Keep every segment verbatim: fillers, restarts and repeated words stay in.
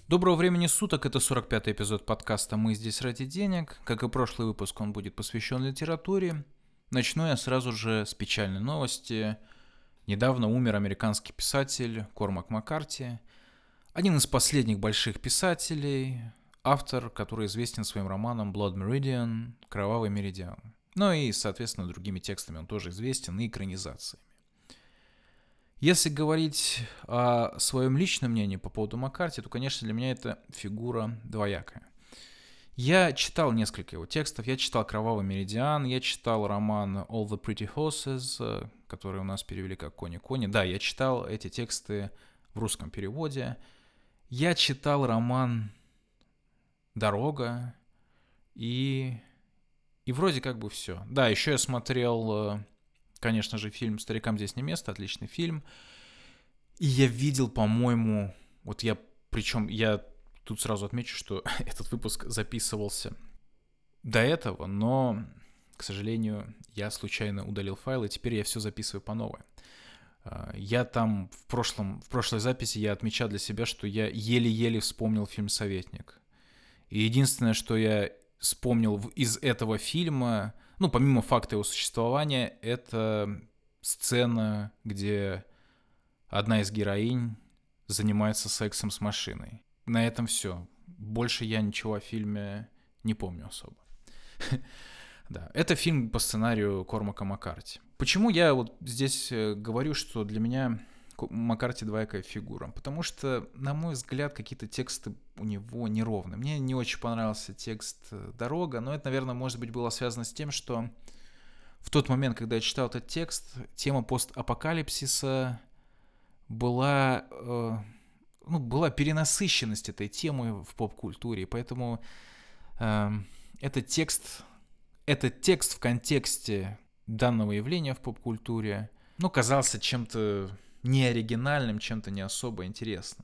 Доброго времени суток, это сорок пятый эпизод подкаста «Мы здесь ради денег». Как и прошлый выпуск, он будет посвящен литературе. Начну я сразу же с печальной новости. Недавно умер американский писатель Кормак Маккарти, один из последних больших писателей, автор, который известен своим романом «Blood Meridian» «Кровавый меридиан». Ну и, соответственно, другими текстами он тоже известен, и экранизациями. Если говорить о своем личном мнении по поводу Маккарти, то, конечно, для меня это фигура двоякая. Я читал несколько его текстов, я читал «Кровавый меридиан», я читал роман «All the Pretty Horses», который у нас перевели как «Кони-кони». Да, я читал эти тексты в русском переводе. Я читал роман «Дорога» и, и вроде как бы все. Да, еще я смотрел... Конечно же, фильм «Старикам здесь не место», отличный фильм. И я видел, по-моему, вот я, причем я тут сразу отмечу, что этот выпуск записывался до этого, но, к сожалению, я случайно удалил файл, и теперь я все записываю по новой. Я там в, прошлом, в прошлой записи я отмечал для себя, что я еле-еле вспомнил фильм «Советник». И единственное, что я вспомнил из этого фильма... Ну, помимо факта его существования, это сцена, где одна из героинь занимается сексом с машиной. На этом все. Больше я ничего о фильме не помню особо. Да, это фильм по сценарию Кормака Маккарти. Почему я вот здесь говорю, что для меня Маккарти двоякая фигура? Потому что, на мой взгляд, какие-то тексты у него неровные. Мне не очень понравился текст «Дорога», но это, наверное, может быть, было связано с тем, что в тот момент, когда я читал этот текст, тема постапокалипсиса была, э, ну, была перенасыщенность этой темы в поп-культуре, поэтому э, этот текст, этот текст в контексте данного явления в поп-культуре, ну, казался чем-то неоригинальным, чем-то не особо интересным.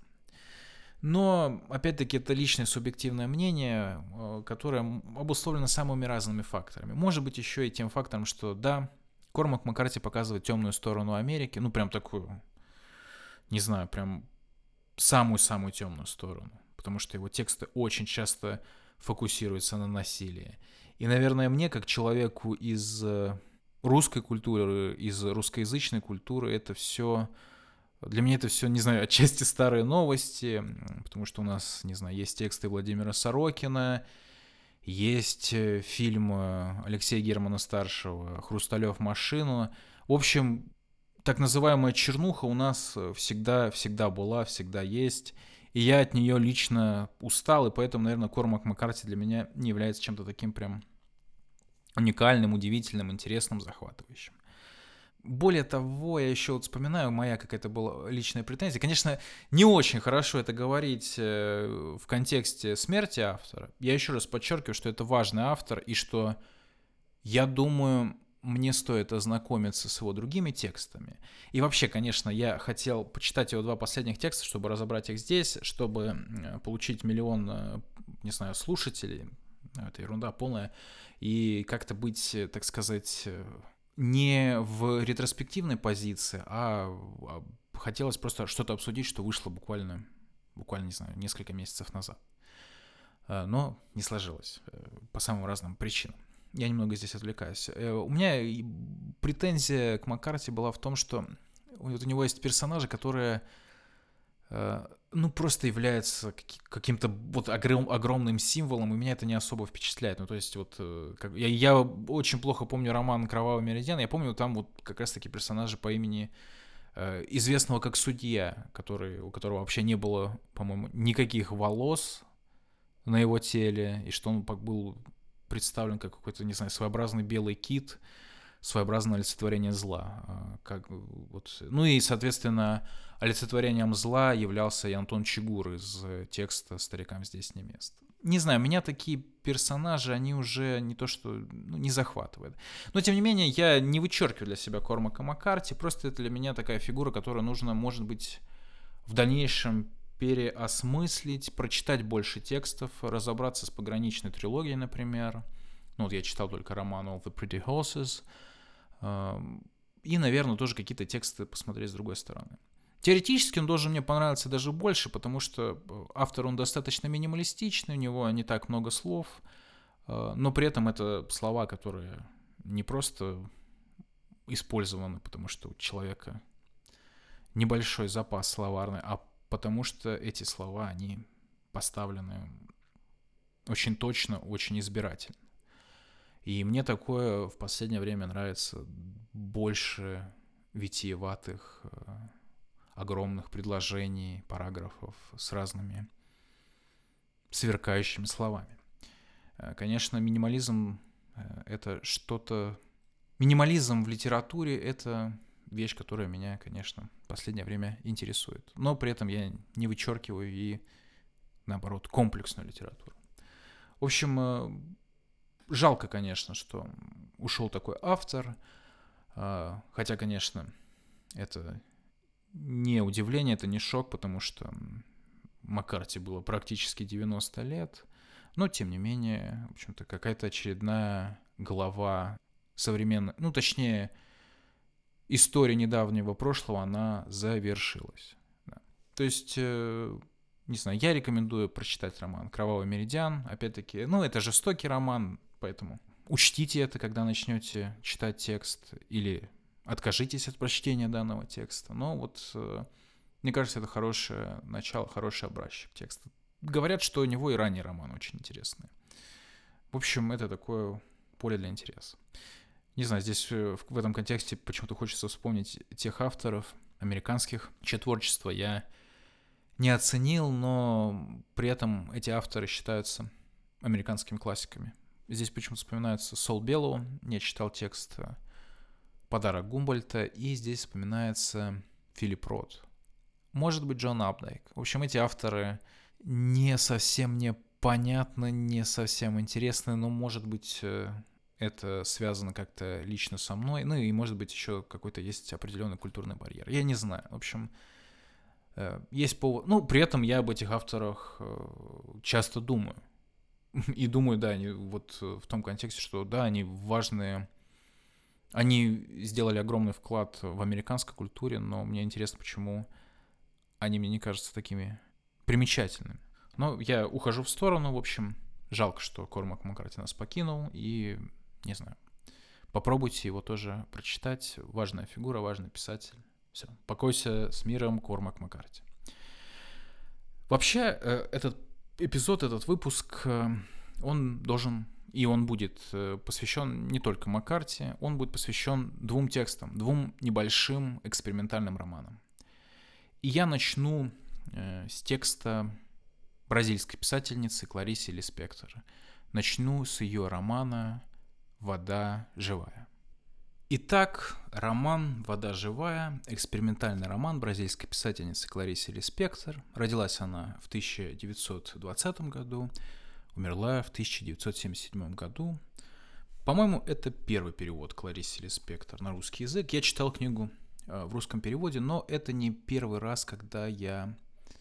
Но, опять-таки, это личное субъективное мнение, которое обусловлено самыми разными факторами. Может быть, еще и тем фактором, что, да, Кормак Маккарти показывает темную сторону Америки, ну, прям такую, не знаю, прям самую-самую темную сторону, потому что его тексты очень часто фокусируются на насилии. И, наверное, мне, как человеку из русской культуры, из русскоязычной культуры, это все... Для меня это все, не знаю, отчасти старые новости, потому что у нас, не знаю, есть тексты Владимира Сорокина, есть фильм Алексея Германа-старшего «Хрусталев машину». В общем, так называемая чернуха у нас всегда, всегда была, всегда есть, и я от нее лично устал, и поэтому, наверное, Кормак Маккарти для меня не является чем-то таким прям уникальным, удивительным, интересным, захватывающим. Более того, я еще вот вспоминаю, моя какая-то была личная претензия. Конечно, не очень хорошо это говорить в контексте смерти автора. Я еще раз подчеркиваю, что это важный автор, и что, я думаю, мне стоит ознакомиться с его другими текстами. И вообще, конечно, я хотел почитать его два последних текста, чтобы разобрать их здесь, чтобы получить миллион, не знаю, слушателей. Это ерунда полная. И как-то быть, так сказать... не в ретроспективной позиции, а хотелось просто что-то обсудить, что вышло буквально, буквально, не знаю, несколько месяцев назад. Но не сложилось по самым разным причинам. Я немного здесь отвлекаюсь. У меня претензия к Маккарти была в том, что вот у него есть персонажи, которые... ну, просто является каким-то вот огром, огромным символом, и меня это не особо впечатляет. Ну, то есть, вот, как, я, я очень плохо помню роман «Кровавый меридиан», я помню там вот как раз-таки персонажи по имени э, известного как Судья, который, у которого вообще не было, по-моему, никаких волос на его теле, и что он был представлен как какой-то, не знаю, своеобразный белый кит, своеобразное олицетворение зла. Как, вот. Ну и, соответственно, олицетворением зла являлся и Антон Чигур из текста «Старикам здесь не место». Не знаю, меня такие персонажи, они уже не то что, ну, не захватывают. Но, тем не менее, я не вычеркиваю для себя Кормака Маккарти, просто это для меня такая фигура, которую нужно, может быть, в дальнейшем переосмыслить, прочитать больше текстов, разобраться с пограничной трилогией, например. Ну, вот я читал только роман «All the Pretty Horses», и, наверное, тоже какие-то тексты посмотреть с другой стороны. Теоретически он должен мне понравиться даже больше, потому что автор, он достаточно минималистичный, у него не так много слов, но при этом это слова, которые не просто использованы, потому что у человека небольшой запас словарный, а потому что эти слова, они поставлены очень точно, очень избирательно. И мне такое в последнее время нравится больше витиеватых, огромных предложений, параграфов с разными сверкающими словами. Конечно, минимализм — это что-то... Минимализм в литературе — это вещь, которая меня, конечно, в последнее время интересует. Но при этом я не вычеркиваю и, наоборот, комплексную литературу. В общем, жалко, конечно, что ушел такой автор. Хотя, конечно, это не удивление, это не шок, потому что Маккарти было практически девяносто лет. Но, тем не менее, в общем-то, какая-то очередная глава современной, ну, точнее, история недавнего прошлого, она завершилась. Да. То есть, э, не знаю, я рекомендую прочитать роман «Кровавый меридиан». Опять-таки, ну, это жестокий роман, поэтому учтите это, когда начнете читать текст, или откажитесь от прочтения данного текста. Но вот, э, мне кажется, это хорошее начало, хороший образчик текста. Говорят, что у него и ранний роман очень интересный. В общем, это такое поле для интереса. Не знаю, здесь в этом контексте почему-то хочется вспомнить тех авторов американских, чье творчество я не оценил, но при этом эти авторы считаются американскими классиками. Здесь почему-то вспоминается Сол Беллоу, я читал текст «Подарок Гумбольдта», и здесь вспоминается Филипп Рот. Может быть, Джон Апдайк. В общем, эти авторы не совсем мне понятны, не совсем интересны, но, может быть, это связано как-то лично со мной, ну и, может быть, еще какой-то есть определенный культурный барьер. Я не знаю. В общем, есть повод... Ну, при этом я об этих авторах часто думаю. И думаю, да, они вот в том контексте, что, да, они важные... Они сделали огромный вклад в американской культуре, но мне интересно, почему они мне не кажутся такими примечательными. Но я ухожу в сторону, в общем, жалко, что Кормак Маккарти нас покинул, и, не знаю, попробуйте его тоже прочитать. Важная фигура, важный писатель. Все, покойся с миром, Кормак Маккарти. Вообще, этот эпизод, этот выпуск, он должен, и он будет посвящен не только Маккарти, он будет посвящен двум текстам, двум небольшим экспериментальным романам. И я начну с текста бразильской писательницы Кларисы Лиспектор. Начну с ее романа «Вода живая». Итак, роман «Вода живая», экспериментальный роман бразильской писательницы Кларисы Лиспектор. Родилась она в тысяча девятьсот двадцатом году, умерла в тысяча девятьсот семьдесят седьмом году. По-моему, это первый перевод Кларисы Лиспектор на русский язык. Я читал книгу в русском переводе, но это не первый раз, когда я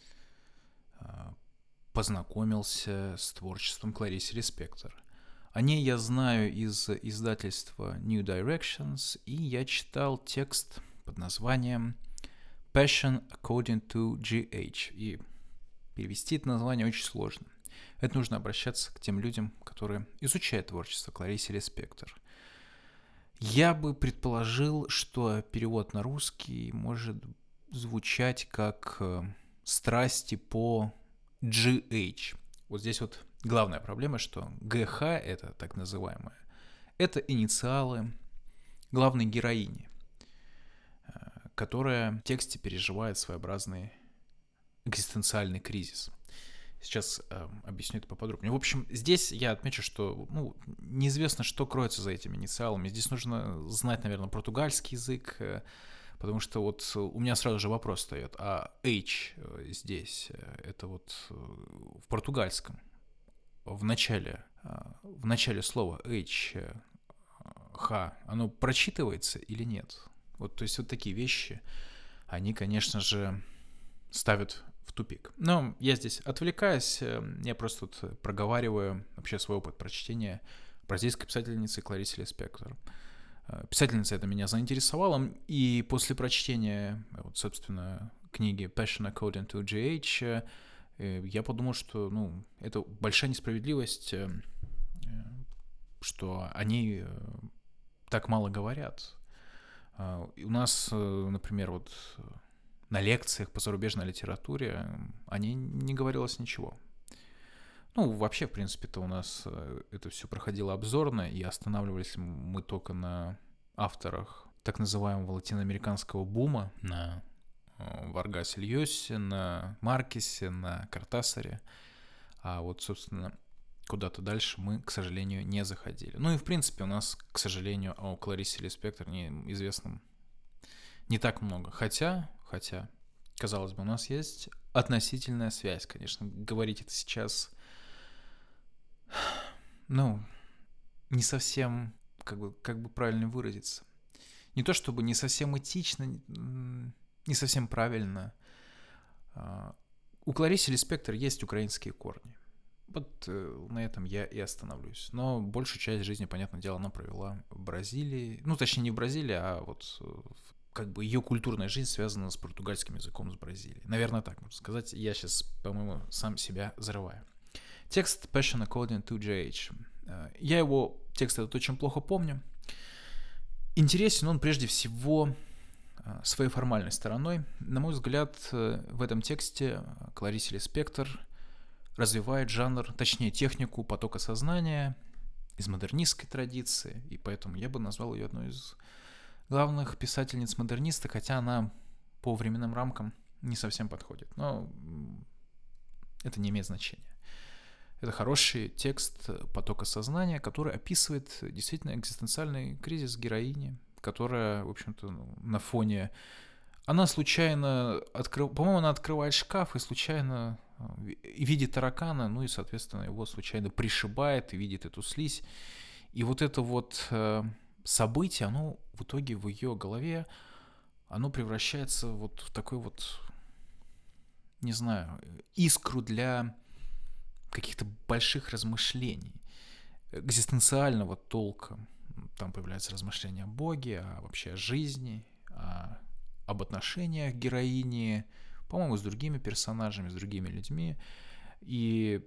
познакомился с творчеством Кларисы Лиспектор. О ней я знаю из издательства New Directions, и я читал текст под названием Passion According to джи эйч. И перевести это название очень сложно. Это нужно обращаться к тем людям, которые изучают творчество Кларисы Лиспектор. Я бы предположил, что перевод на русский может звучать как «страсти по джи эйч». Вот здесь вот главная проблема, что джи эйч, это так называемое, это инициалы главной героини, которая в тексте переживает своеобразный экзистенциальный кризис. Сейчас э, объясню это поподробнее. В общем, здесь я отмечу, что ну, неизвестно, что кроется за этими инициалами. Здесь нужно знать, наверное, португальский язык, э, потому что вот у меня сразу же вопрос встает. А H здесь, это вот в португальском, в начале, в начале слова H, Х, оно прочитывается или нет? Вот, то есть вот такие вещи, они, конечно же, ставят в тупик. Но я здесь отвлекаюсь, я просто тут проговариваю вообще свой опыт прочтения бразильской писательницы Кларисы Лиспектор. Писательница это меня заинтересовала, и после прочтения, вот, собственно, книги Passion According to джи эйч, я подумал, что ну, это большая несправедливость, что они так мало говорят. У нас, например, вот на лекциях по зарубежной литературе о ней не говорилось ничего. Ну, вообще, в принципе-то у нас это все проходило обзорно, и останавливались мы только на авторах так называемого латиноамериканского бума, на Варгасе Льосе, на Маркесе, на Кортасаре. А вот, собственно, куда-то дальше мы, к сожалению, не заходили. Ну и, в принципе, у нас, к сожалению, о Кларисе Лиспектор неизвестном не так много. Хотя, хотя, казалось бы, у нас есть относительная связь, конечно. Говорить это сейчас, ну, не совсем, как бы, как бы правильно выразиться. Не то чтобы не совсем этично, не совсем правильно. У Кларисы Лиспектор есть украинские корни. Вот на этом я и остановлюсь. Но большую часть жизни, понятное дело, она провела в Бразилии. Ну, точнее, не в Бразилии, а вот как бы ее культурная жизнь связана с португальским языком, с Бразилией. Наверное, так можно сказать. Я сейчас, по-моему, сам себя взрываю. Текст Passion According to джи эйч. Я его, текст этот очень плохо помню. Интересен он прежде всего своей формальной стороной. На мой взгляд, в этом тексте Клариса Лиспектор развивает жанр, точнее технику потока сознания из модернистской традиции, и поэтому я бы назвал ее одной из главных писательниц-модернисток, хотя она по временным рамкам не совсем подходит. Но это не имеет значения. Это хороший текст потока сознания, который описывает действительно экзистенциальный кризис героини, которая, в общем-то, ну, на фоне... Она случайно... Открыв... По-моему, она открывает шкаф и случайно видит таракана, ну и, соответственно, его случайно пришибает и видит эту слизь. И вот это вот событие, оно в итоге в ее голове, оно превращается вот в такой вот, не знаю, искру для каких-то больших размышлений, экзистенциального толка. Там появляются размышления о Боге, о вообще о жизни, о, об отношениях героини, по-моему, с другими персонажами, с другими людьми. И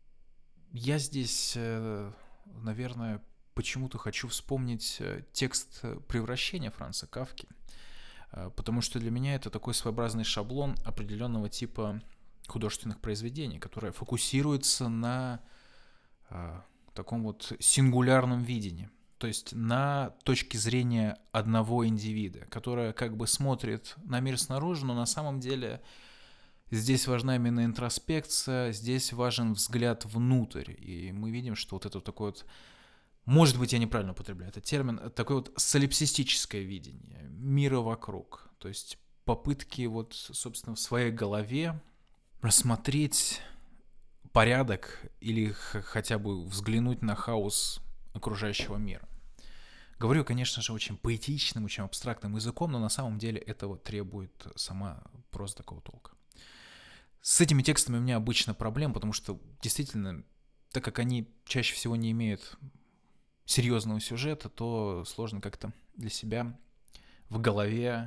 я здесь, наверное, почему-то хочу вспомнить текст «Превращения» Франца Кафки, потому что для меня это такой своеобразный шаблон определенного типа художественных произведений, которое фокусируется на а, таком вот сингулярном видении, то есть на точке зрения одного индивида, которая как бы смотрит на мир снаружи, но на самом деле здесь важна именно интроспекция, здесь важен взгляд внутрь, и мы видим, что вот это вот такое вот, может быть, я неправильно употребляю этот термин, такое вот солипсистическое видение мира вокруг, то есть попытки вот, собственно, в своей голове рассмотреть порядок или х- хотя бы взглянуть на хаос окружающего мира. Говорю, конечно же, очень поэтичным, очень абстрактным языком, но на самом деле этого требует сама проза такого толка. С этими текстами у меня обычно проблем, потому что действительно, так как они чаще всего не имеют серьезного сюжета, то сложно как-то для себя в голове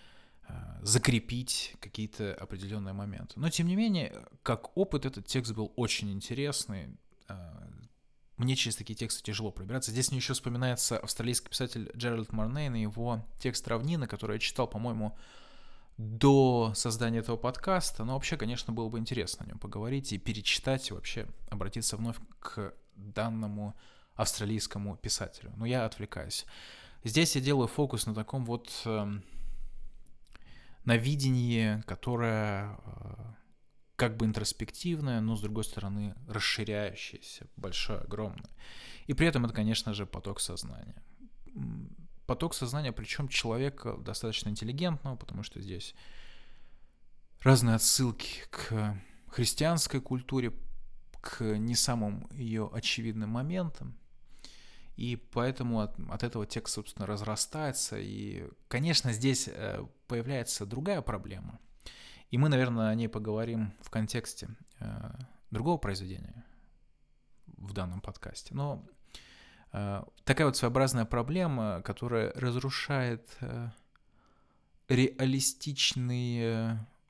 закрепить какие-то определенные моменты. Но, тем не менее, как опыт, этот текст был очень интересный. Мне через такие тексты тяжело пробираться. Здесь мне еще вспоминается австралийский писатель Джеральд Марнейн и его текст «Равнина», который я читал, по-моему, до создания этого подкаста. Но вообще, конечно, было бы интересно о нем поговорить и перечитать, и вообще обратиться вновь к данному австралийскому писателю. Но я отвлекаюсь. Здесь я делаю фокус на таком вот... на видение, которое как бы интроспективное, но, с другой стороны, расширяющееся, большое, огромное. И при этом это, конечно же, поток сознания. Поток сознания, причем человека достаточно интеллигентного, потому что здесь разные отсылки к христианской культуре, к не самым ее очевидным моментам. И поэтому от, от этого текст, собственно, разрастается. И, конечно, здесь появляется другая проблема. И мы, наверное, о ней поговорим в контексте э, другого произведения в данном подкасте. Но э, такая вот своеобразная проблема, которая разрушает э, реалистичные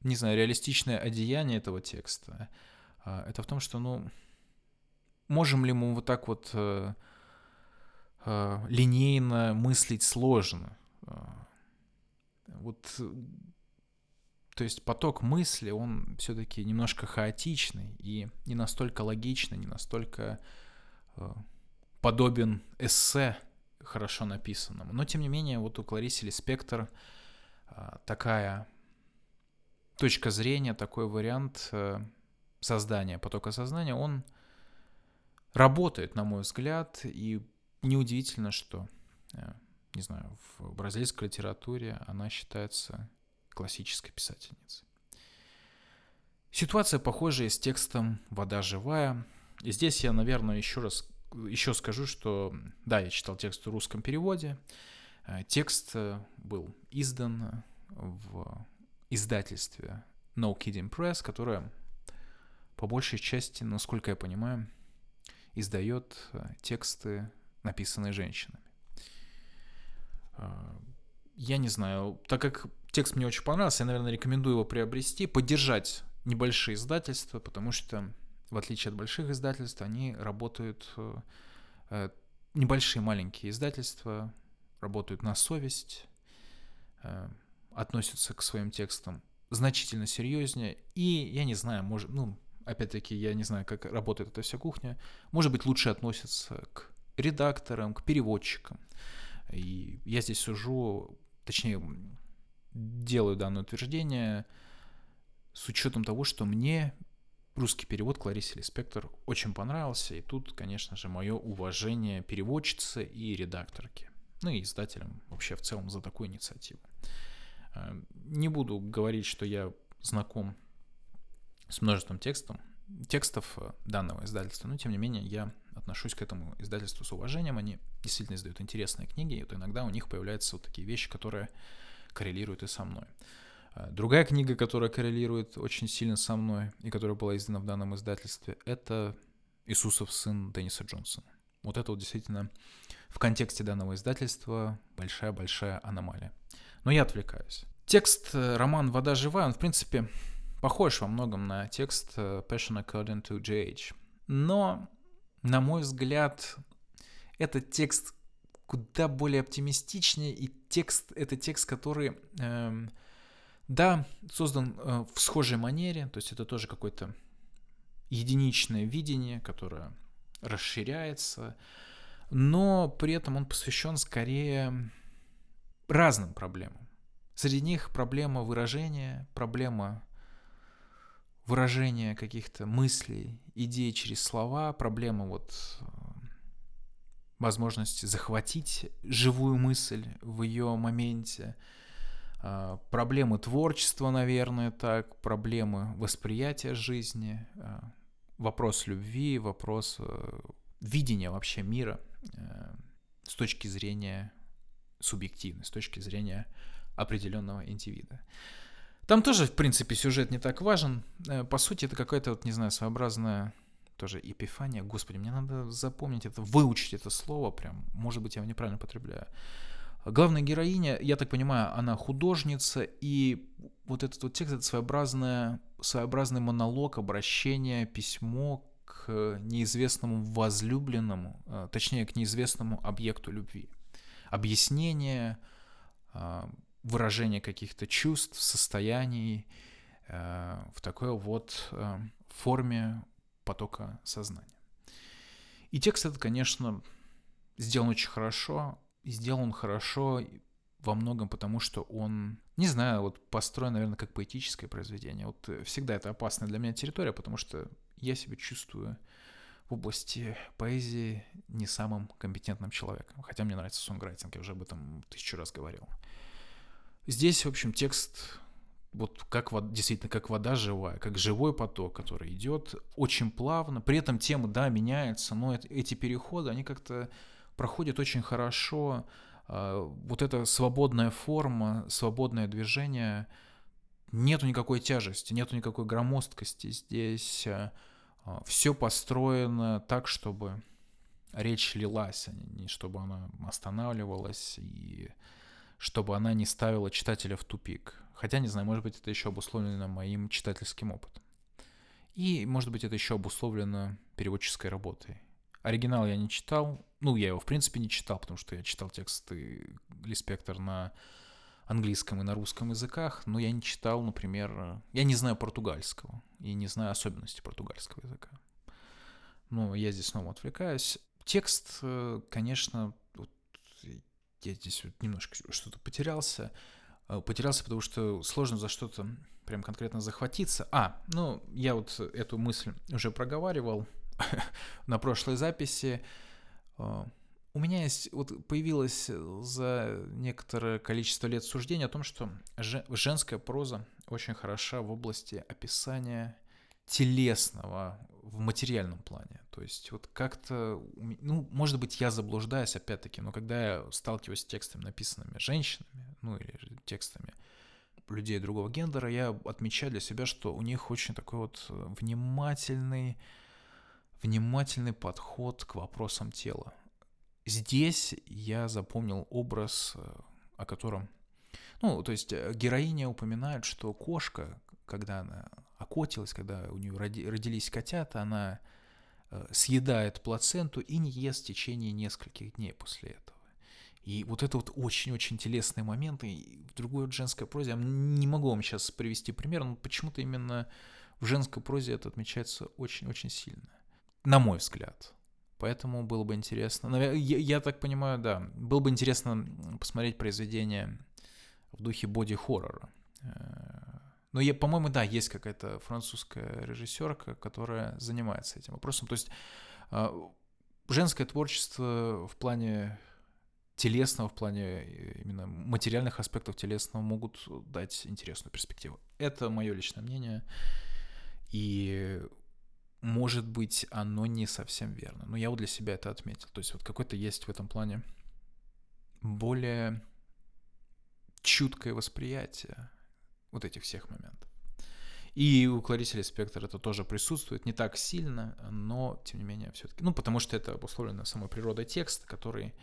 не знаю, реалистичное одеяние этого текста. Это в том, что, ну, можем ли мы вот так вот э, э, линейно мыслить сложно? Вот, то есть поток мысли, он все-таки немножко хаотичный и не настолько логичный, не настолько э, подобен эссе, хорошо написанному. Но, тем не менее, вот у Кларисы Лиспектор э, такая точка зрения, такой вариант э, создания потока сознания, он работает, на мой взгляд, и неудивительно, что, э, не знаю, в бразильской литературе она считается классической писательницей. Ситуация похожая с текстом «Вода живая». И здесь я, наверное, еще раз еще скажу, что да, я читал текст в русском переводе. Текст был издан в издательстве No Kidding Press, которое по большей части, насколько я понимаю, издает тексты, написанные женщинами. Я не знаю, так как текст мне очень понравился, я, наверное, рекомендую его приобрести, поддержать небольшие издательства, потому что, в отличие от больших издательств, они работают, небольшие маленькие издательства работают на совесть, относятся к своим текстам значительно серьезнее, и, я не знаю, может, ну, опять-таки, я не знаю, как работает эта вся кухня, может быть, лучше относятся к редакторам, к переводчикам. И я здесь сужу, точнее, делаю данное утверждение с учетом того, что мне русский перевод Кларисы Лиспектор очень понравился, и тут, конечно же, мое уважение переводчице и редакторке, ну и издателям вообще в целом за такую инициативу. Не буду говорить, что я знаком с множеством текстов, текстов данного издательства, но тем не менее я отношусь к этому издательству с уважением. Они действительно издают интересные книги, и вот иногда у них появляются вот такие вещи, которые коррелируют и со мной. Другая книга, которая коррелирует очень сильно со мной и которая была издана в данном издательстве, это «Иисусов сын» Денниса Джонсона. Вот это вот действительно в контексте данного издательства большая-большая аномалия. Но я отвлекаюсь. Текст, роман «Вода живая», он, в принципе, похож во многом на текст Passion According to джей эйч. Но, на мой взгляд, этот текст куда более оптимистичнее, и текст, это текст, который, э, да, создан э, в схожей манере, то есть это тоже какое-то единичное видение, которое расширяется, но при этом он посвящен скорее разным проблемам. Среди них проблема выражения, проблема выражения каких-то мыслей, идей через слова, проблема вот возможности захватить живую мысль в ее моменте, проблемы творчества, наверное, так, проблемы восприятия жизни, вопрос любви, вопрос видения вообще мира с точки зрения субъективной, с точки зрения определенного индивида. Там тоже, в принципе, сюжет не так важен. По сути, это какая-то, вот, не знаю, своеобразная тоже эпифания. Господи, мне надо запомнить это, выучить это слово прям. Может быть, я его неправильно потребляю. Главная героиня, я так понимаю, она художница, и вот этот вот текст — это своеобразное, своеобразный монолог, обращение, письмо к неизвестному возлюбленному, точнее, к неизвестному объекту любви. Объяснение, выражение каких-то чувств, состояний в такой вот форме потока сознания. И текст этот, конечно, сделан очень хорошо. И сделан хорошо во многом потому, что он, не знаю, вот построен, наверное, как поэтическое произведение. Вот всегда это опасная для меня территория, потому что я себя чувствую в области поэзии не самым компетентным человеком. Хотя мне нравится сонграйтинг, я уже об этом тысячу раз говорил. Здесь, в общем, текст вот как действительно как вода живая, как живой поток, который идет очень плавно. При этом тема, да, меняется, но эти переходы, они как-то проходят очень хорошо. Вот эта свободная форма, свободное движение, нету никакой тяжести, нету никакой громоздкости. Здесь все построено так, чтобы речь лилась, а не чтобы она останавливалась и чтобы она не ставила читателя в тупик. Хотя, не знаю, может быть, это еще обусловлено моим читательским опытом. И, может быть, это еще обусловлено переводческой работой. Оригинал я не читал. Ну, я его, в принципе, не читал, потому что я читал тексты Ли Спектор на английском и на русском языках, но я не читал, например... Я не знаю португальского и не знаю особенностей португальского языка. Но я здесь снова отвлекаюсь. Текст, конечно... Вот я здесь вот немножко что-то потерялся. Потерялся, потому что сложно за что-то прям конкретно захватиться. А, ну, я вот эту мысль уже проговаривал на прошлой записи. У меня есть, вот появилось за некоторое количество лет суждение о том, что женская проза очень хороша в области описания телесного в материальном плане. То есть вот как-то, ну, может быть, я заблуждаюсь опять-таки, но когда я сталкиваюсь с текстами, написанными женщинами, ну или текстами людей другого гендера, я отмечаю для себя, что у них очень такой вот внимательный, внимательный подход к вопросам тела. Здесь я запомнил образ, о котором... Ну, то есть героиня упоминает, что кошка, когда она окотилась, когда у нее роди, родились котята, она съедает плаценту и не ест в течение нескольких дней после этого. И вот это вот очень-очень телесные моменты. И в другой вот женской прозе, я не могу вам сейчас привести пример, но почему-то именно в женской прозе это отмечается очень-очень сильно. На мой взгляд. Поэтому было бы интересно. Я, я так понимаю, да, было бы интересно посмотреть произведение в духе боди-хоррора. Но, я, по-моему, да, есть какая-то французская режиссерка, которая занимается этим вопросом. То есть женское творчество в плане телесного, в плане именно материальных аспектов телесного могут дать интересную перспективу. Это мое личное мнение. И, может быть, оно не совсем верно. Но я вот для себя это отметил. То есть вот какое-то есть в этом плане более чуткое восприятие вот этих всех моментов. И у Кларисы Лиспектор это тоже присутствует, не так сильно, но, тем не менее, все-таки... Ну, потому что это обусловлено самой природой текста, который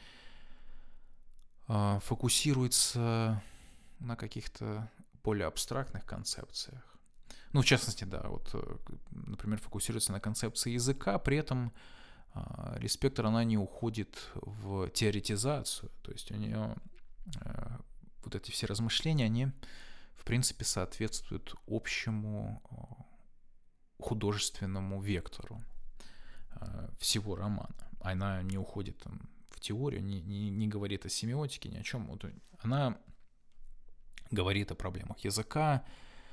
э, фокусируется на каких-то более абстрактных концепциях. Ну, в частности, да, вот, например, фокусируется на концепции языка, при этом э, Лиспектор, она не уходит в теоретизацию, то есть у нее э, вот эти все размышления, они... в принципе, соответствует общему художественному вектору всего романа. Она не уходит там, в теорию, не, не, не говорит о семиотике, ни о чем. Вот она говорит о проблемах языка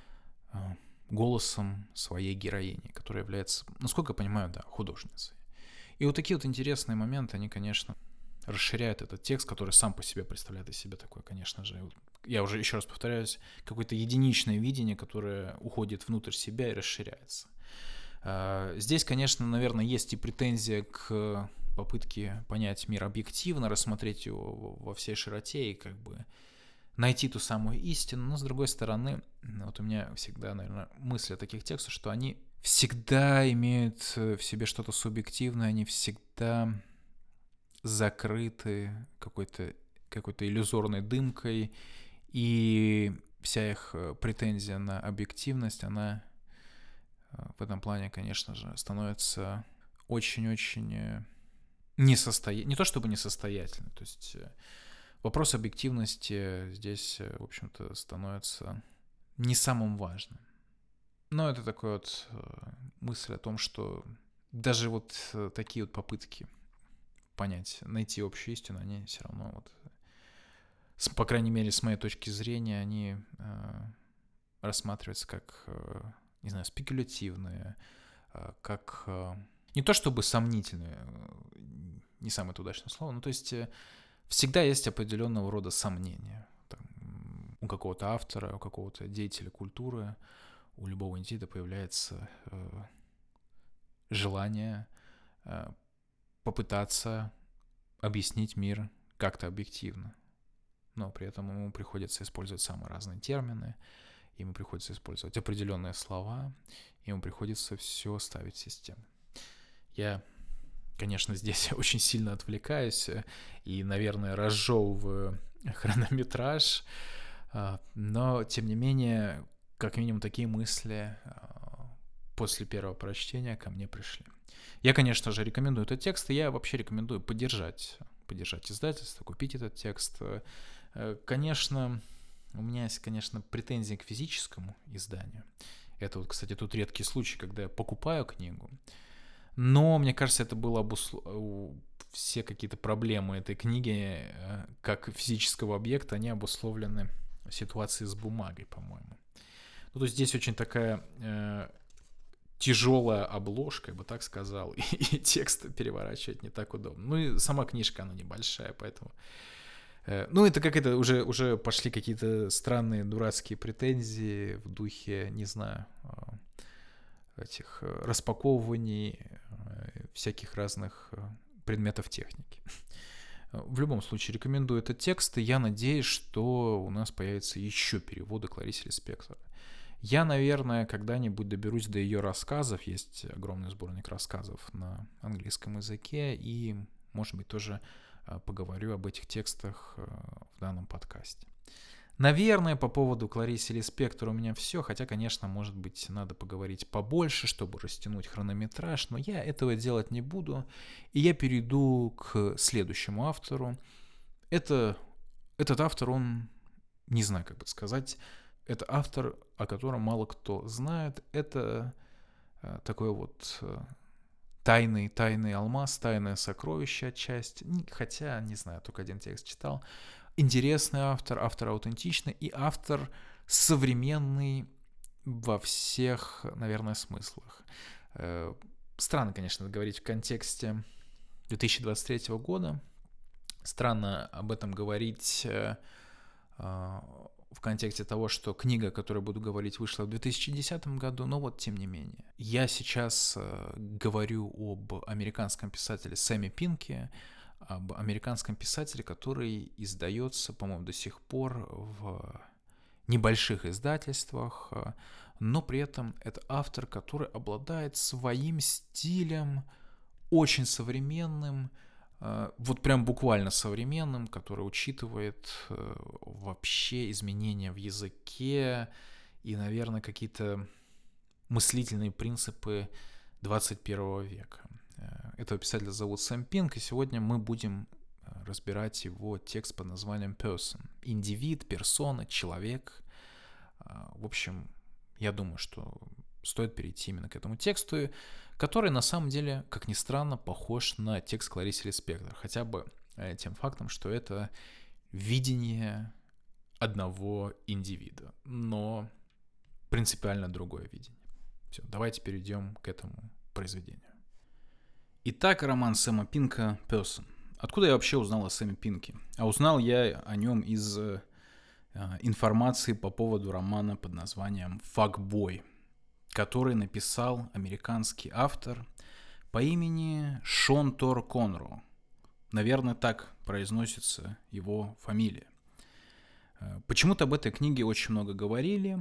голосом своей героини, которая является, насколько я понимаю, да, художницей. И вот такие вот интересные моменты, они, конечно, расширяют этот текст, который сам по себе представляет из себя такое, конечно же, я уже еще раз повторяюсь, какое-то единичное видение, которое уходит внутрь себя и расширяется. Здесь, конечно, наверное, есть и претензия к попытке понять мир объективно, рассмотреть его во всей широте и как бы найти ту самую истину, но с другой стороны, вот у меня всегда, наверное, мысль о таких текстах, что они всегда имеют в себе что-то субъективное, они всегда закрыты какой-то, какой-то иллюзорной дымкой, и вся их претензия на объективность, она в этом плане, конечно же, становится очень-очень несостоятельной, не то чтобы несостоятельной, то есть вопрос объективности здесь, в общем-то, становится не самым важным. Но это такая вот мысль о том, что даже вот такие вот попытки понять, найти общую истину, они все равно вот, по крайней мере, с моей точки зрения, они э, рассматриваются как, э, не знаю, спекулятивные, э, как э, не то чтобы сомнительные, э, не самое это удачное слово, но то есть э, всегда есть определенного рода сомнения. Там, у какого-то автора, у какого-то деятеля культуры, у любого индивида появляется э, желание э, попытаться объяснить мир как-то объективно. Но при этом ему приходится использовать самые разные термины, ему приходится использовать определенные слова, ему приходится все ставить в систему. Я, конечно, здесь очень сильно отвлекаюсь и, наверное, разжевываю хронометраж, но, тем не менее, как минимум такие мысли после первого прочтения ко мне пришли. Я, конечно же, рекомендую этот текст, и я вообще рекомендую поддержать, поддержать издательство, купить этот текст. Конечно, у меня есть, конечно, претензии к физическому изданию. Это вот, кстати, тут редкий случай, когда я покупаю книгу, но, мне кажется, это было обусловлено... Все какие-то проблемы этой книги, как физического объекта, они обусловлены ситуацией с бумагой, по-моему. Ну, то есть здесь очень такая э, тяжелая обложка, я бы так сказал, и, и текст переворачивать не так удобно. Ну и сама книжка, она небольшая, поэтому... Э, ну, это как это, уже, уже пошли какие-то странные, дурацкие претензии в духе, не знаю, этих распаковываний, всяких разных... предметов техники. В любом случае, рекомендую этот текст, и я надеюсь, что у нас появятся еще переводы Кларисы Лиспектор. Я, наверное, когда-нибудь доберусь до ее рассказов, есть огромный сборник рассказов на английском языке, и, может быть, тоже поговорю об этих текстах в данном подкасте. Наверное, по поводу Кларисы Лиспектор у меня все, хотя, конечно, может быть, надо поговорить побольше, чтобы растянуть хронометраж, но я этого делать не буду, и я перейду к следующему автору. Это, этот автор, он, не знаю, как бы сказать, это автор, о котором мало кто знает, это такой вот тайный, тайный алмаз, тайное сокровище отчасти, хотя, не знаю, только один текст читал. Интересный автор, автор аутентичный и автор современный во всех, наверное, смыслах. Странно, конечно, говорить в контексте две тысячи двадцать третьего года. Странно об этом говорить в контексте того, что книга, о которой буду говорить, вышла в две тысячи десятом году, но вот тем не менее. Я сейчас говорю об американском писателе Сэмми Пинки, об американском писателе, который издается, по-моему, до сих пор в небольших издательствах, но при этом это автор, который обладает своим стилем, очень современным, вот прям буквально современным, который учитывает вообще изменения в языке и, наверное, какие-то мыслительные принципы двадцать первого века. Этого писателя зовут Сэм Пинк, и сегодня мы будем разбирать его текст под названием «Person». Индивид, персона, человек. В общем, я думаю, что стоит перейти именно к этому тексту, который на самом деле, как ни странно, похож на текст Кларисы Лиспектор. Хотя бы тем фактом, что это видение одного индивида, но принципиально другое видение. Все, давайте перейдем к этому произведению. Итак, роман Сэма Пинка «Person». Откуда я вообще узнал о Сэме Пинке? А узнал я о нем из э, информации по поводу романа под названием «Fuckboy», который написал американский автор по имени Шон Тор Конро. Наверное, так произносится его фамилия. Почему-то об этой книге очень много говорили.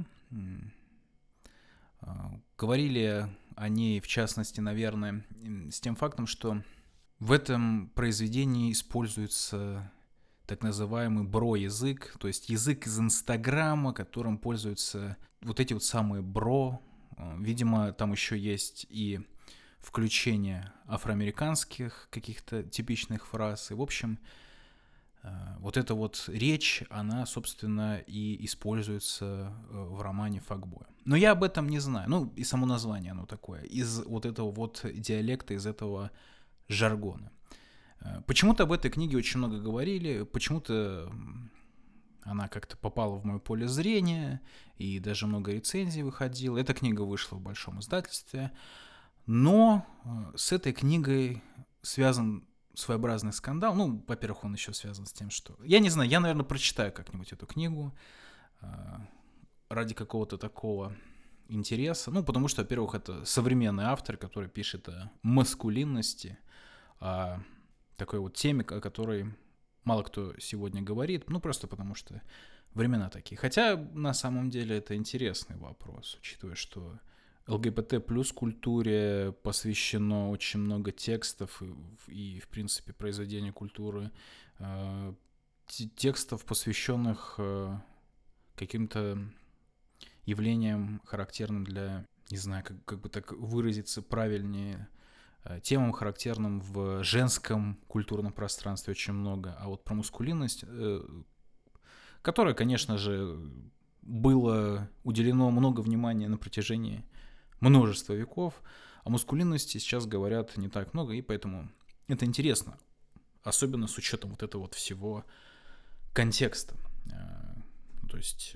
Говорили о ней, в частности, наверное, с тем фактом, что в этом произведении используется так называемый бро-язык, то есть язык из Инстаграма, которым пользуются вот эти вот самые бро. Видимо, там еще есть и включение афроамериканских каких-то типичных фраз. И, в общем, вот эта вот речь, она, собственно, и используется в романе «Fuckboy». Но я об этом не знаю. Ну, и само название оно такое. Из вот этого вот диалекта, из этого жаргона. Почему-то об этой книге очень много говорили. Почему-то она как-то попала в мое поле зрения. И даже много рецензий выходило. Эта книга вышла в большом издательстве. Но с этой книгой связан своеобразный скандал. Ну, во-первых, он еще связан с тем, что... Я не знаю, я, наверное, прочитаю как-нибудь эту книгу э, ради какого-то такого интереса. Ну, потому что, во-первых, это современный автор, который пишет о маскулинности, о такой вот теме, о которой мало кто сегодня говорит. Ну, просто потому что времена такие. Хотя, на самом деле, это интересный вопрос, учитывая, что ЛГБТ плюс культуре посвящено очень много текстов и, и в принципе, произведению культуры. текстов, посвященных э, каким-то явлениям, характерным для, не знаю, как, как бы так выразиться правильнее, э, темам, характерным в женском культурном пространстве, очень много. А вот про маскулинность, э, которая, конечно же, было уделено много внимания на протяжении множества веков, о маскулинности сейчас говорят не так много, и поэтому это интересно, особенно с учетом вот этого вот всего контекста. То есть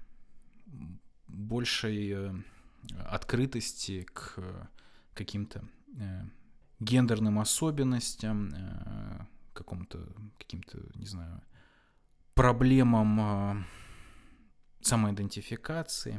большей открытости к каким-то гендерным особенностям, какому-то, каким-то, не знаю, проблемам самоидентификации,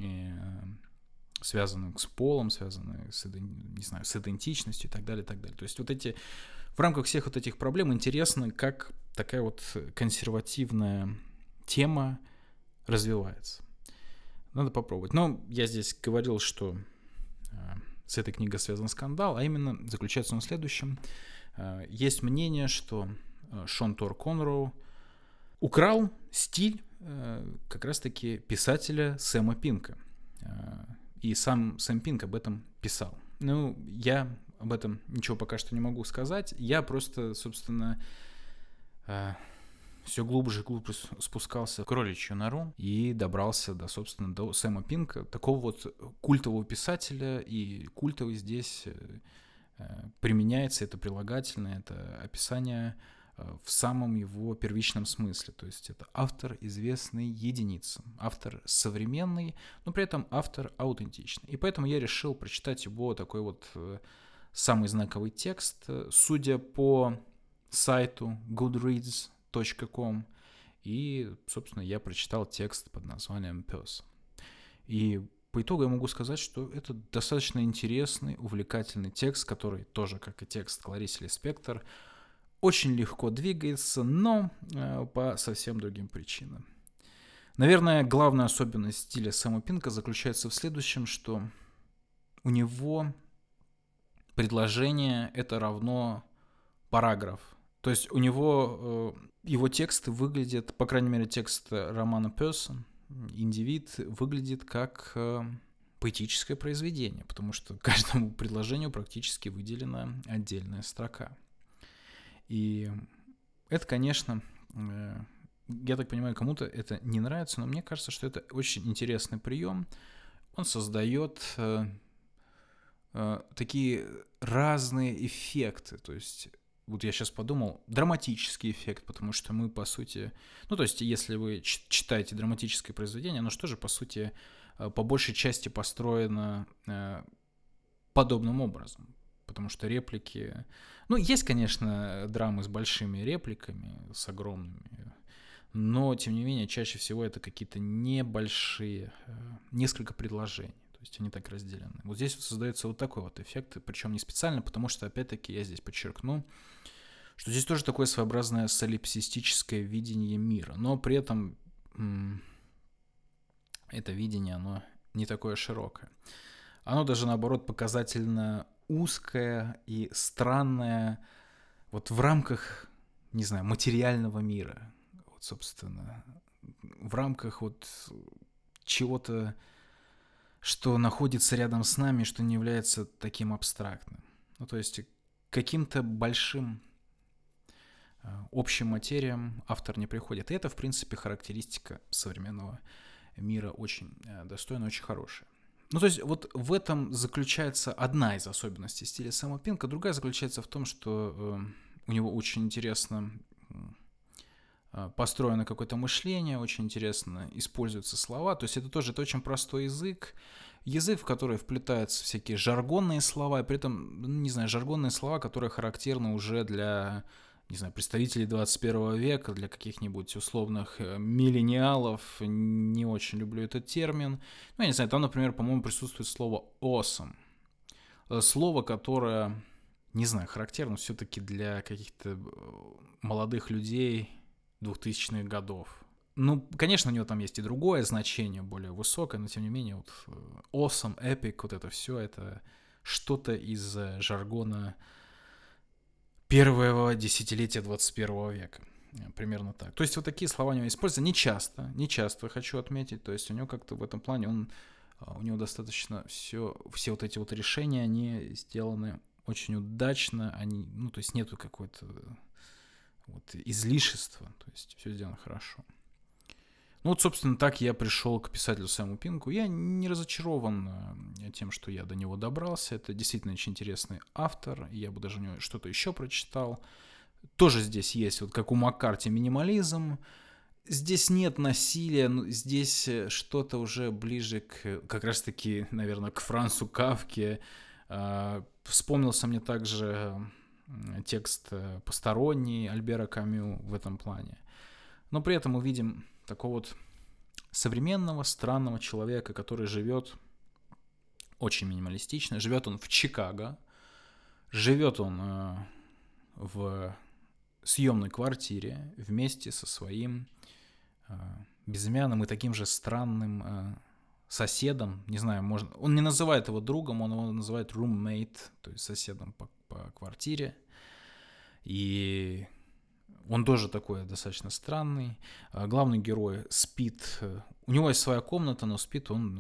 связанным с полом, связанным с, не знаю, с идентичностью и так далее, и так далее. То есть вот эти, в рамках всех вот этих проблем интересно, как такая вот консервативная тема развивается. Надо попробовать. Но я здесь говорил, что э, с этой книгой связан скандал, а именно заключается он в следующем. Э, есть мнение, что э, Шон Тор Конроу украл стиль э, как раз-таки писателя Сэма Пинка. Э, и сам Сэм Пинк об этом писал. Ну, я об этом ничего пока что не могу сказать. Я просто, собственно, э, все глубже и глубже спускался в кроличью нору и добрался, до, собственно, до Сэма Пинка, такого вот культового писателя, и культовый здесь э, применяется, это прилагательное, это описание э, в самом его первичном смысле, то есть это автор известный единицам, автор современный, но при этом автор аутентичный, и поэтому я решил прочитать его такой вот э, самый знаковый текст, судя по сайту goodreads точка ком, и, собственно, я прочитал текст под названием «Пес». И по итогу я могу сказать, что это достаточно интересный, увлекательный текст, который тоже, как и текст Кларисы Лиспектор, очень легко двигается, но э, по совсем другим причинам. Наверное, главная особенность стиля Сэма Пинка заключается в следующем, что у него предложение — это равно параграф. То есть у него, его тексты выглядят, по крайней мере, текст романа «Person», «Индивид», выглядит как поэтическое произведение, потому что каждому предложению практически выделена отдельная строка. И это, конечно, я так понимаю, кому-то это не нравится, но мне кажется, что это очень интересный прием. Он создает такие разные эффекты, то есть вот я сейчас подумал, драматический эффект, потому что мы, по сути... Ну, то есть, если вы читаете драматическое произведение, оно что же, по сути, по большей части построено подобным образом. Потому что реплики... Ну, есть, конечно, драмы с большими репликами, с огромными, но, тем не менее, чаще всего это какие-то небольшие, несколько предложений. То есть они так разделены. Вот здесь вот создается вот такой вот эффект, причем не специально, потому что, опять-таки, я здесь подчеркну, что здесь тоже такое своеобразное солипсистическое видение мира, но при этом м- это видение, оно не такое широкое. Оно даже, наоборот, показательно узкое и странное вот в рамках, не знаю, материального мира. Вот, собственно, в рамках вот чего-то, что находится рядом с нами, что не является таким абстрактным. Ну, то есть каким-то большим э, общим материям автор не приходит. И это, в принципе, характеристика современного мира очень э, достойная, очень хорошая. Ну, то есть вот в этом заключается одна из особенностей стиля Сэма Пинка. Другая заключается в том, что э, у него очень интересно э, построено какое-то мышление, очень интересно используются слова. То есть это тоже это очень простой язык. Язык, в который вплетаются всякие жаргонные слова, и при этом, не знаю, жаргонные слова, которые характерны уже для, не знаю, представителей двадцать первого века, для каких-нибудь условных миллениалов. Не очень люблю этот термин. Ну, я не знаю, там, например, по-моему, присутствует слово awesome. Слово, которое, не знаю, характерно все-таки для каких-то молодых людей двухтысячных годов. Ну, конечно, у него там есть и другое значение, более высокое, но тем не менее, вот awesome, epic, вот это все, это что-то из жаргона первого десятилетия двадцать первого века. Примерно так. То есть вот такие слова у него используются не часто, не часто, хочу отметить. То есть у него как-то в этом плане, он, у него достаточно все, все вот эти вот решения, они сделаны очень удачно, они, ну, то есть нету какой-то вот излишества, то есть все сделано хорошо. Ну вот, собственно, так я пришел к писателю Сэму Пинку. Я не разочарован тем, что я до него добрался. Это действительно очень интересный автор. Я бы даже у него что-то еще прочитал. Тоже здесь есть, вот как у Маккарти, минимализм. Здесь нет насилия, но здесь что-то уже ближе к, как раз-таки, наверное, к Францу Кафке. Вспомнился мне также текст «Посторонний» Альбера Камю в этом плане. Но при этом мы видим такого вот современного, странного человека, который живет очень минималистично. Живет он в Чикаго, живет он э, в съемной квартире вместе со своим э, безымянным и таким же странным э, соседом. Не знаю, можно... Он не называет его другом, он его называет roommate, то есть соседом по, по квартире. И... Он тоже такой достаточно странный. Главный герой спит. У него есть своя комната, но спит он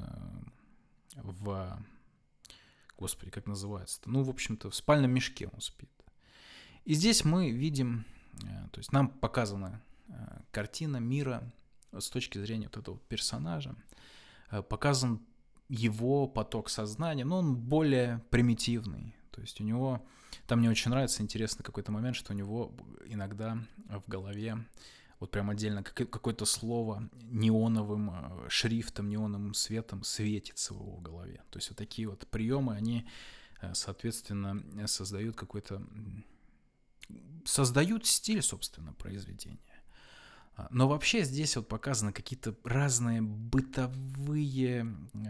в... Господи, как называется-то? Ну, в общем-то, в спальном мешке он спит. И здесь мы видим... То есть нам показана картина мира с точки зрения вот этого персонажа. Показан его поток сознания, но он более примитивный. То есть у него... Там мне очень нравится, интересно какой-то момент, что у него иногда в голове вот прям отдельно какое-то слово неоновым шрифтом, неоновым светом светится в его голове. То есть вот такие вот приемы, они, соответственно, создают какой-то... Создают стиль, собственно, произведения. Но вообще здесь вот показаны какие-то разные бытовые...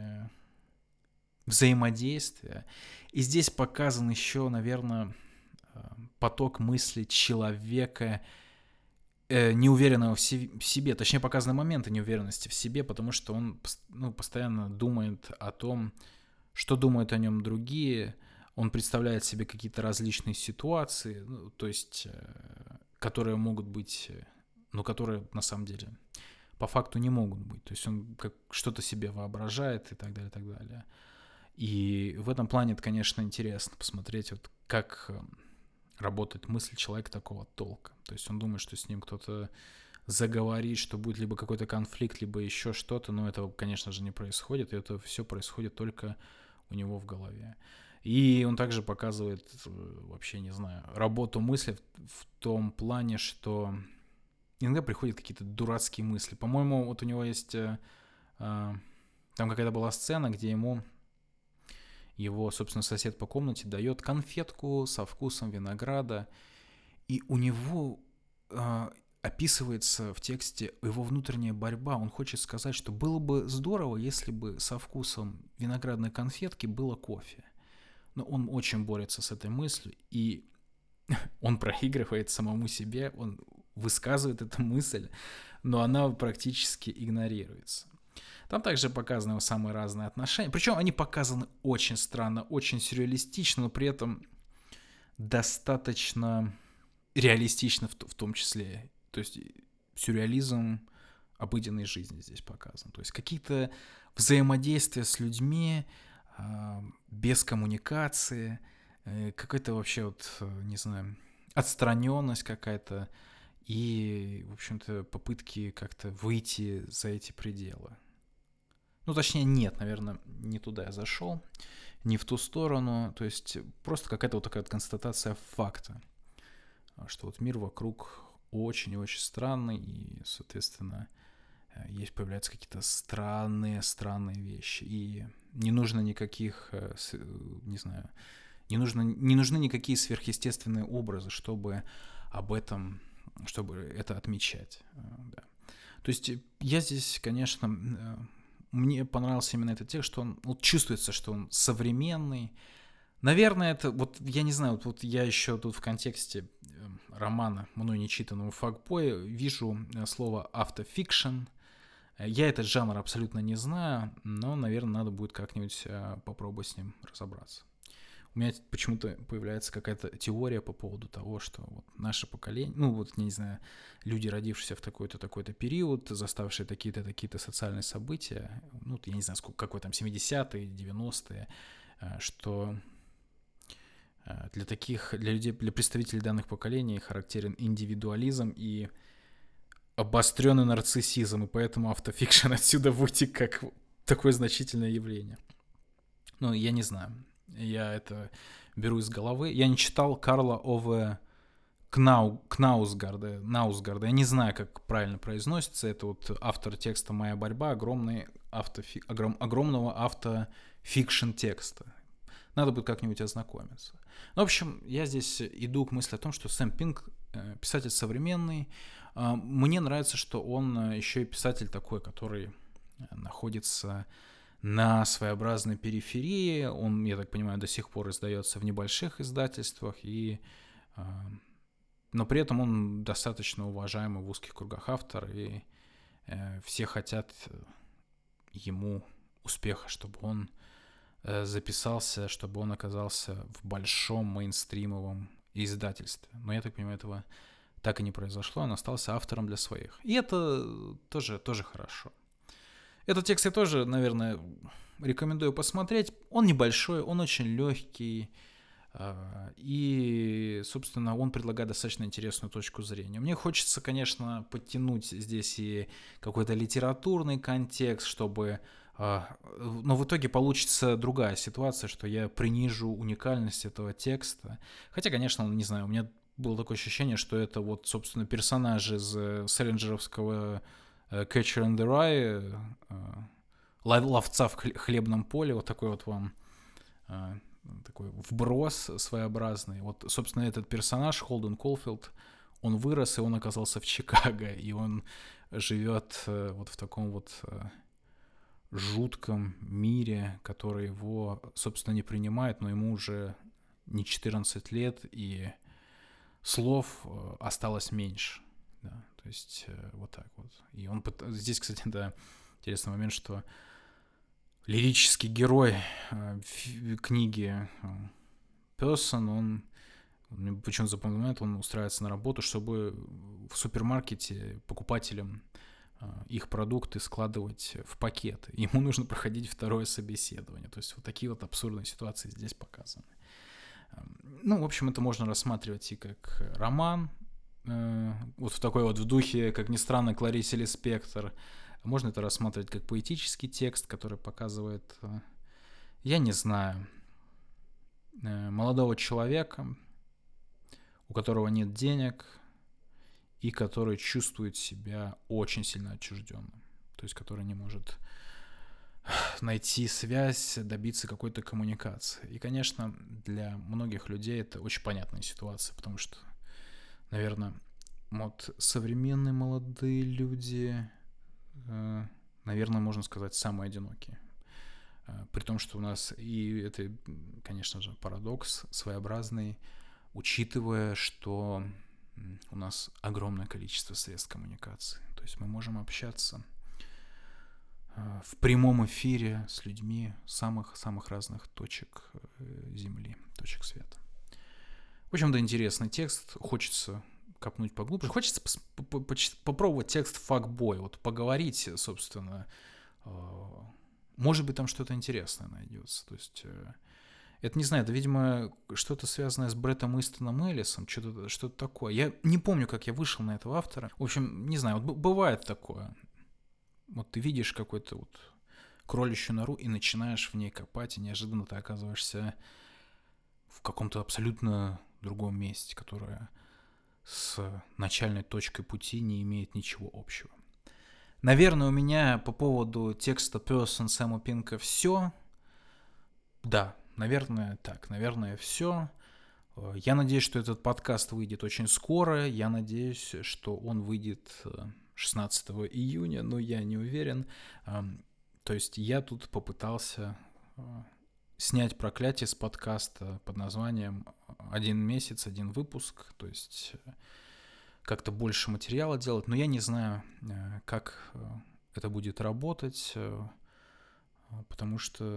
взаимодействия. И здесь показан еще, наверное, поток мысли человека, неуверенного в себе. Точнее, показаны моменты неуверенности в себе, потому что он ну, постоянно думает о том, что думают о нем другие. Он представляет себе какие-то различные ситуации, ну, то есть, которые могут быть, но которые на самом деле по факту не могут быть. То есть он как что-то себе воображает и так далее, и так далее. И в этом плане это, конечно, интересно посмотреть, вот как работает мысль человека такого толка. То есть он думает, что с ним кто-то заговорит, что будет либо какой-то конфликт, либо еще что-то, но этого, конечно же, не происходит, и это все происходит только у него в голове. И он также показывает, вообще, не знаю, работу мысли в, в том плане, что иногда приходят какие-то дурацкие мысли. По-моему, вот у него есть... Э, э, там какая-то была сцена, где ему... Его, собственно, сосед по комнате дает конфетку со вкусом винограда, и у него э, описывается в тексте его внутренняя борьба. Он хочет сказать, что было бы здорово, если бы со вкусом виноградной конфетки было кофе. Но он очень борется с этой мыслью, и он проигрывает самому себе, он высказывает эту мысль, но она практически игнорируется. Там также показаны самые разные отношения. Причем они показаны очень странно, очень сюрреалистично, но при этом достаточно реалистично в, в том числе. То есть сюрреализм обыденной жизни здесь показан. То есть какие-то взаимодействия с людьми э, без коммуникации, э, какая-то вообще вот, не знаю, отстраненность какая-то и, в общем-то, попытки как-то выйти за эти пределы. Ну, точнее, нет, наверное, не туда я зашел, не в ту сторону. То есть просто какая-то вот такая вот констатация факта, что вот мир вокруг очень и очень странный, и, соответственно, есть, появляются какие-то странные, странные вещи. И не нужно никаких, не знаю, не, нужно, не нужны никакие сверхъестественные образы, чтобы об этом, чтобы это отмечать. Да. То есть я здесь, конечно... Мне понравился именно этот текст, что он вот чувствуется, что он современный. Наверное, это, вот я не знаю, вот, вот я еще тут в контексте романа, мной нечитанного «Факбоя», вижу слово «автофикшн». Я этот жанр абсолютно не знаю, но, наверное, надо будет как-нибудь попробовать с ним разобраться. У меня почему-то появляется какая-то теория по поводу того, что вот наше поколение, ну вот, не знаю, люди, родившиеся в такой-то, такой-то период, заставшие такие-то, такие-то социальные события, ну, я не знаю, сколько, какой там, семидесятые, девяностые, что для таких, для людей, для представителей данных поколений характерен индивидуализм и обостренный нарциссизм, и поэтому автофикшн отсюда вытек как такое значительное явление. Ну, я не знаю. Я это беру из головы. Я не читал Карла Ове Кнау, Кнаусгарда, Наусгарда. Я не знаю, как правильно произносится. Это вот автор текста «Моя борьба», огромный автофи, огром, огромного автофикшн текста. Надо будет как-нибудь ознакомиться. Ну, в общем, я здесь иду к мысли о том, что Сэм Пинк писатель современный. Мне нравится, что он еще и писатель такой, который находится на своеобразной периферии. Он, я так понимаю, до сих пор издается в небольших издательствах, и, но при этом он достаточно уважаемый в узких кругах автор, и все хотят ему успеха, чтобы он записался, чтобы он оказался в большом мейнстримовом издательстве. Но я так понимаю, этого так и не произошло, он остался автором для своих. И это тоже, тоже хорошо. Этот текст я тоже, наверное, рекомендую посмотреть. Он небольшой, он очень легкий, и, собственно, он предлагает достаточно интересную точку зрения. Мне хочется, конечно, подтянуть здесь и какой-то литературный контекст, чтобы... Но в итоге получится другая ситуация, что я принижу уникальность этого текста. Хотя, конечно, не знаю, у меня было такое ощущение, что это вот, собственно, персонаж из селлинджеровского Catcher in the Rye, ловца в хлебном поле, вот такой вот вам такой вброс своеобразный. Вот, собственно, этот персонаж, Холден Колфилд, он вырос, и он оказался в Чикаго, и он живет вот в таком вот жутком мире, который его, собственно, не принимает, но ему уже не четырнадцать лет, и слов осталось меньше. Да, то есть вот так вот. И он здесь, кстати, да, интересный момент, что лирический герой книги Person, он, почему запоминает, он устраивается на работу, чтобы в супермаркете покупателям их продукты складывать в пакеты. Ему нужно проходить второе собеседование. То есть вот такие вот абсурдные ситуации здесь показаны. Ну, в общем, это можно рассматривать и как роман, вот в такой вот в духе, как ни странно, Кларисе Лиспектор. Можно это рассматривать как поэтический текст, который показывает, я не знаю, молодого человека, у которого нет денег, и который чувствует себя очень сильно отчужденным. То есть, который не может найти связь, добиться какой-то коммуникации. И, конечно, для многих людей это очень понятная ситуация, потому что, наверное, вот современные молодые люди, наверное, можно сказать, самые одинокие. При том, что у нас, и это, конечно же, парадокс своеобразный, учитывая, что у нас огромное количество средств коммуникации. То есть мы можем общаться в прямом эфире с людьми самых-самых разных точек Земли, точек света. В общем-то, интересный текст. Хочется копнуть поглубже. Хочется попробовать текст «Fuckboy», вот поговорить, собственно. Может быть, там что-то интересное найдется. То есть... Это, не знаю, это, видимо, что-то связанное с Бреттом Истоном Эллисом, что-то, что-то такое. Я не помню, как я вышел на этого автора. В общем, не знаю, вот бывает такое. Вот ты видишь какую-то вот кроличью нору и начинаешь в ней копать, и неожиданно ты оказываешься в каком-то абсолютно другом месте, которое с начальной точкой пути не имеет ничего общего. Наверное, у меня по поводу текста Person Сэма Пинка все. Да. Наверное, так, наверное, все. Я надеюсь, что этот подкаст выйдет очень скоро. Я надеюсь, что он выйдет шестнадцатого июня, но я не уверен. То есть я тут попытался снять проклятие с подкаста под названием «Один месяц, один выпуск». То есть как-то больше материала делать, но я не знаю, как это будет работать, потому что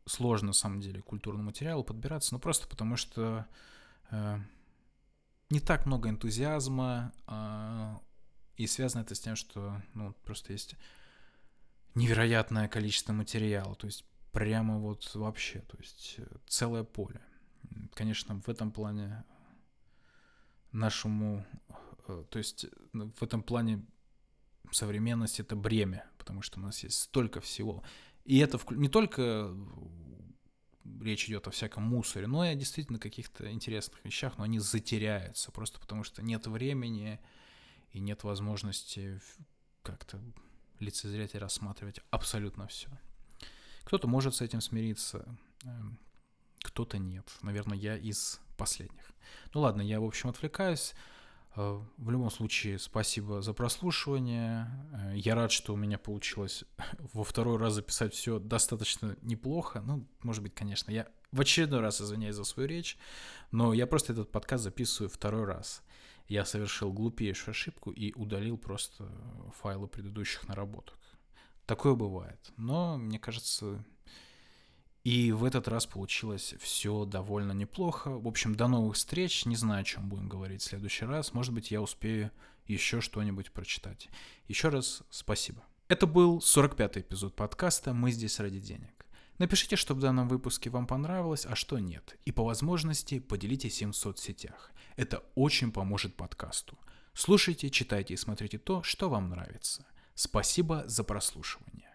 сложно, на самом деле, к культурному материалу подбираться, ну просто потому что э, не так много энтузиазма, э, и связано это с тем, что ну, просто есть невероятное количество материала, то есть прямо вот вообще, то есть целое поле. Конечно, в этом плане нашему, то есть в этом плане современность — это бремя, потому что у нас есть столько всего. И это не только речь идет о всяком мусоре, но и о действительно каких-то интересных вещах, но они затеряются просто потому, что нет времени и нет возможности как-то лицезреть и рассматривать абсолютно все. Кто-то может с этим смириться, кто-то нет. Наверное, я из последних. Ну ладно, я, в общем, отвлекаюсь. В любом случае, спасибо за прослушивание. Я рад, что у меня получилось во второй раз записать все достаточно неплохо. Ну, может быть, конечно, я в очередной раз извиняюсь за свою речь, но я просто этот подкаст записываю второй раз. Я совершил глупейшую ошибку и удалил просто файлы предыдущих наработок. Такое бывает. Но, мне кажется, и в этот раз получилось все довольно неплохо. В общем, до новых встреч. Не знаю, о чем будем говорить в следующий раз. Может быть, я успею еще что-нибудь прочитать. Еще раз спасибо. Это был сорок пятый эпизод подкаста «Мы здесь ради денег». Напишите, что в данном выпуске вам понравилось, а что нет. И по возможности поделитесь им в соцсетях. Это очень поможет подкасту. Слушайте, читайте и смотрите то, что вам нравится. Спасибо за прослушивание.